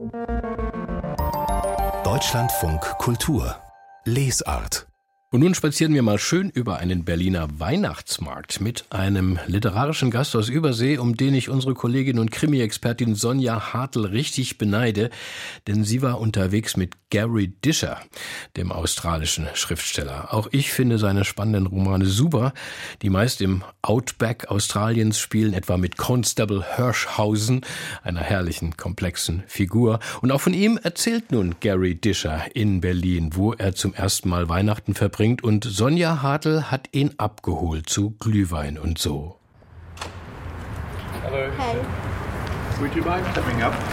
Deutschlandfunk Kultur Lesart. Und nun spazieren wir mal schön über einen Berliner Weihnachtsmarkt mit einem literarischen Gast aus Übersee, um den ich unsere Kollegin und Krimi-Expertin Sonja Hartl richtig beneide, denn sie war unterwegs mit Gary Disher, dem australischen Schriftsteller. Auch ich finde seine spannenden Romane super, die meist im Outback Australiens spielen, etwa mit Constable Hirschhausen, einer herrlichen, komplexen Figur. Und auch von ihm erzählt nun Gary Disher in Berlin, wo er zum ersten Mal Weihnachten verbringt. Und Sonja Hartl hat ihn abgeholt zu Glühwein und so. Hello. Hey. Would you mind coming up?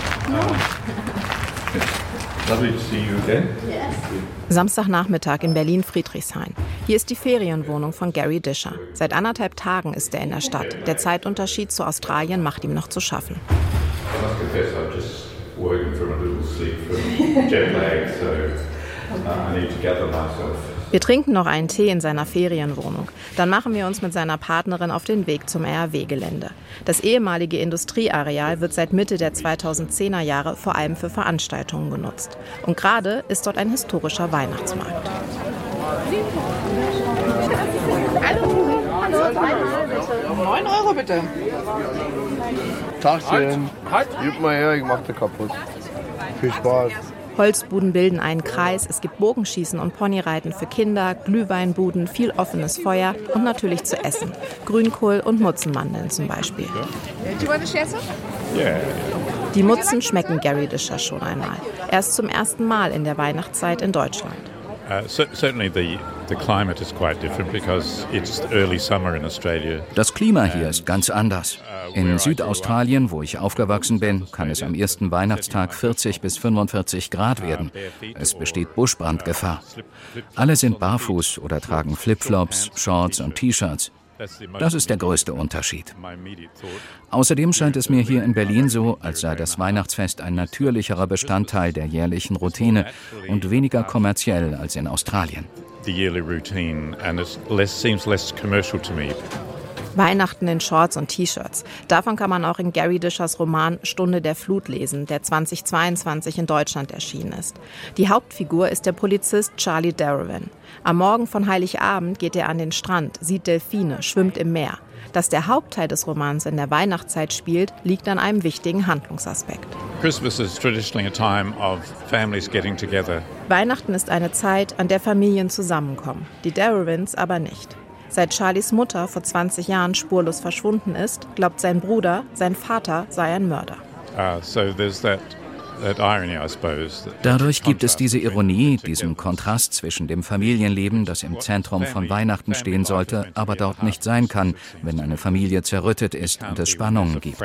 Lovely to see you again. Yes. Samstagnachmittag in Berlin-Friedrichshain. Hier ist die Ferienwohnung von Gary Disher. Seit 1,5 Tagen ist er in der Stadt. Der Zeitunterschied zu Australien macht ihm noch zu schaffen. I must confess, I'm just working from a little sleep from jet lag, so I need to gather myself. Wir trinken noch einen Tee in seiner Ferienwohnung. Dann machen wir uns mit seiner Partnerin auf den Weg zum RAW-Gelände. Das ehemalige Industrieareal wird seit Mitte der 2010er Jahre vor allem für Veranstaltungen genutzt. Und gerade ist dort ein historischer Weihnachtsmarkt. Hallo, 9 Euro bitte. Tagchen. Gib mal her, ich mach dir kaputt. Viel Spaß. Holzbuden bilden einen Kreis, es gibt Bogenschießen und Ponyreiten für Kinder, Glühweinbuden, viel offenes Feuer und natürlich zu essen. Grünkohl und Mutzenmandeln zum Beispiel. Die Mutzen schmecken Gary Disher schon einmal. Er ist zum ersten Mal in der Weihnachtszeit in Deutschland. Certainly the climate is quite different because it's early summer in Australia. Das Klima hier ist ganz anders. In Südaustralien, wo ich aufgewachsen bin, kann es am ersten Weihnachtstag 40 bis 45 Grad werden. Es besteht Buschbrandgefahr. Alle sind barfuß oder tragen Flipflops, Shorts und T-Shirts. Das ist der größte Unterschied. Außerdem scheint es mir hier in Berlin so, als sei das Weihnachtsfest ein natürlicherer Bestandteil der jährlichen Routine und weniger kommerziell als in Australien. The yearly routine and it seems less commercial to me. Weihnachten in Shorts und T-Shirts. Davon kann man auch in Gary Dishers Roman Stunde der Flut lesen, der 2022 in Deutschland erschienen ist. Die Hauptfigur ist der Polizist Charlie Darwin. Am Morgen von Heiligabend geht er an den Strand, sieht Delfine, schwimmt im Meer. Dass der Hauptteil des Romans in der Weihnachtszeit spielt, liegt an einem wichtigen Handlungsaspekt. Christmas is traditionally a time of families getting together. Weihnachten ist eine Zeit, an der Familien zusammenkommen, die Darwins aber nicht. Seit Charlies Mutter vor 20 Jahren spurlos verschwunden ist, glaubt sein Bruder, sein Vater sei ein Mörder. So there's that irony, I suppose. Dadurch gibt es diese Ironie, diesen Kontrast zwischen dem Familienleben, das im Zentrum von Weihnachten stehen sollte, aber dort nicht sein kann, wenn eine Familie zerrüttet ist und es Spannungen gibt.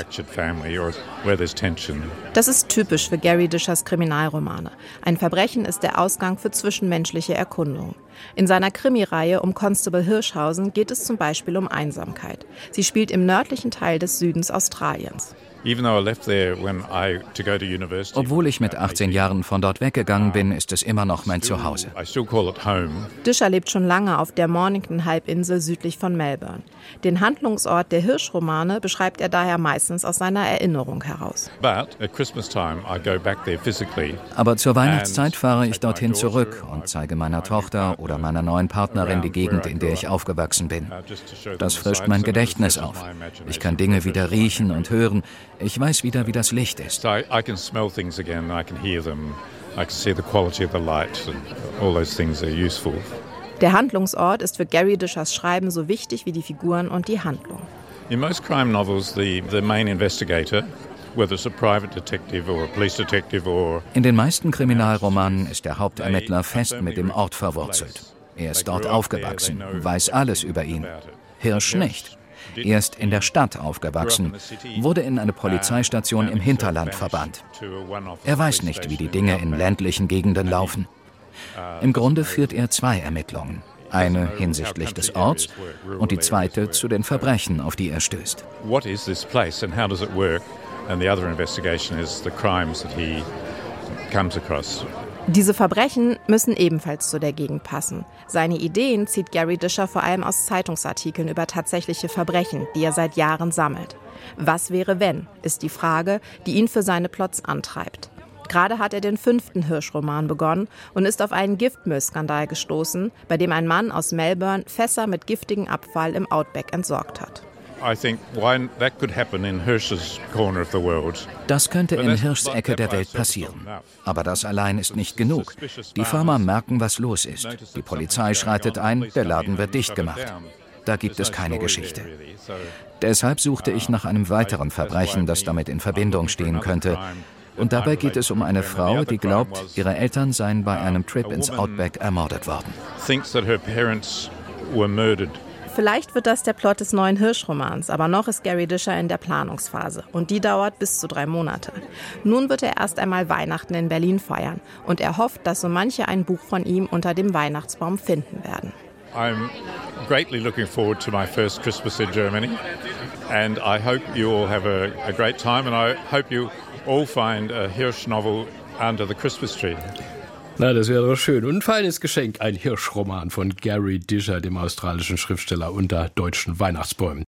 Das ist typisch für Gary Dishers Kriminalromane. Ein Verbrechen ist der Ausgang für zwischenmenschliche Erkundungen. In seiner Krimireihe um Constable Hirschhausen geht es zum Beispiel um Einsamkeit. Sie spielt im nördlichen Teil des Südens Australiens. Obwohl ich mit 18 Jahren von dort weggegangen bin, ist es immer noch mein Zuhause. Disher lebt schon lange auf der Mornington-Halbinsel südlich von Melbourne. Den Handlungsort der Hirsch-Romane beschreibt er daher meistens aus seiner Erinnerung heraus. Aber zur Weihnachtszeit fahre ich dorthin zurück und zeige meiner Tochter oder meiner neuen Partnerin die Gegend, in der ich aufgewachsen bin. Das frischt mein Gedächtnis auf. Ich kann Dinge wieder riechen und hören. Ich weiß wieder, wie das Licht ist. Der Handlungsort ist für Gary Dishers Schreiben so wichtig wie die Figuren und die Handlung. In most crime novels, the main investigator, whether it's a private detective or a police detective or... In den meisten Kriminalromanen ist der Hauptermittler fest mit dem Ort verwurzelt. Er ist dort aufgewachsen, weiß alles über ihn. Hirsch nicht. Er ist in der Stadt aufgewachsen, wurde in eine Polizeistation im Hinterland verbannt. Er weiß nicht, wie die Dinge in ländlichen Gegenden laufen. Im Grunde führt er 2 Ermittlungen. Eine hinsichtlich des Orts und die zweite zu den Verbrechen, auf die er stößt. What is this place and how does it work? And the other investigation is the crimes that he comes across. Diese Verbrechen müssen ebenfalls zu der Gegend passen. Seine Ideen zieht Gary Disher vor allem aus Zeitungsartikeln über tatsächliche Verbrechen, die er seit Jahren sammelt. Was wäre wenn, ist die Frage, die ihn für seine Plots antreibt. Gerade hat er den 5. Hirsch-Roman begonnen und ist auf einen Giftmüllskandal gestoßen, bei dem ein Mann aus Melbourne Fässer mit giftigem Abfall im Outback entsorgt hat. Das könnte in Hirschs Ecke der Welt passieren. Aber das allein ist nicht genug. Die Farmer merken, was los ist. Die Polizei schreitet ein, der Laden wird dicht gemacht. Da gibt es keine Geschichte. Deshalb suchte ich nach einem weiteren Verbrechen, das damit in Verbindung stehen könnte. Und dabei geht es um eine Frau, die glaubt, ihre Eltern seien bei einem Trip ins Outback ermordet worden. Vielleicht wird das der Plot des neuen Hirsch-Romans, aber noch ist Gary Disher in der Planungsphase. Und die dauert bis zu 3 Monate. Nun wird er erst einmal Weihnachten in Berlin feiern. Und er hofft, dass so manche ein Buch von ihm unter dem Weihnachtsbaum finden werden. I'm greatly looking forward to my first Christmas in Germany. And I hope you all have a great time. And I hope you all find a Hirsch novel under the Christmas tree. Na, das wäre doch schön. Und ein feines Geschenk, ein Hirsch-Roman von Gary Disher, dem australischen Schriftsteller, unter deutschen Weihnachtsbäumen.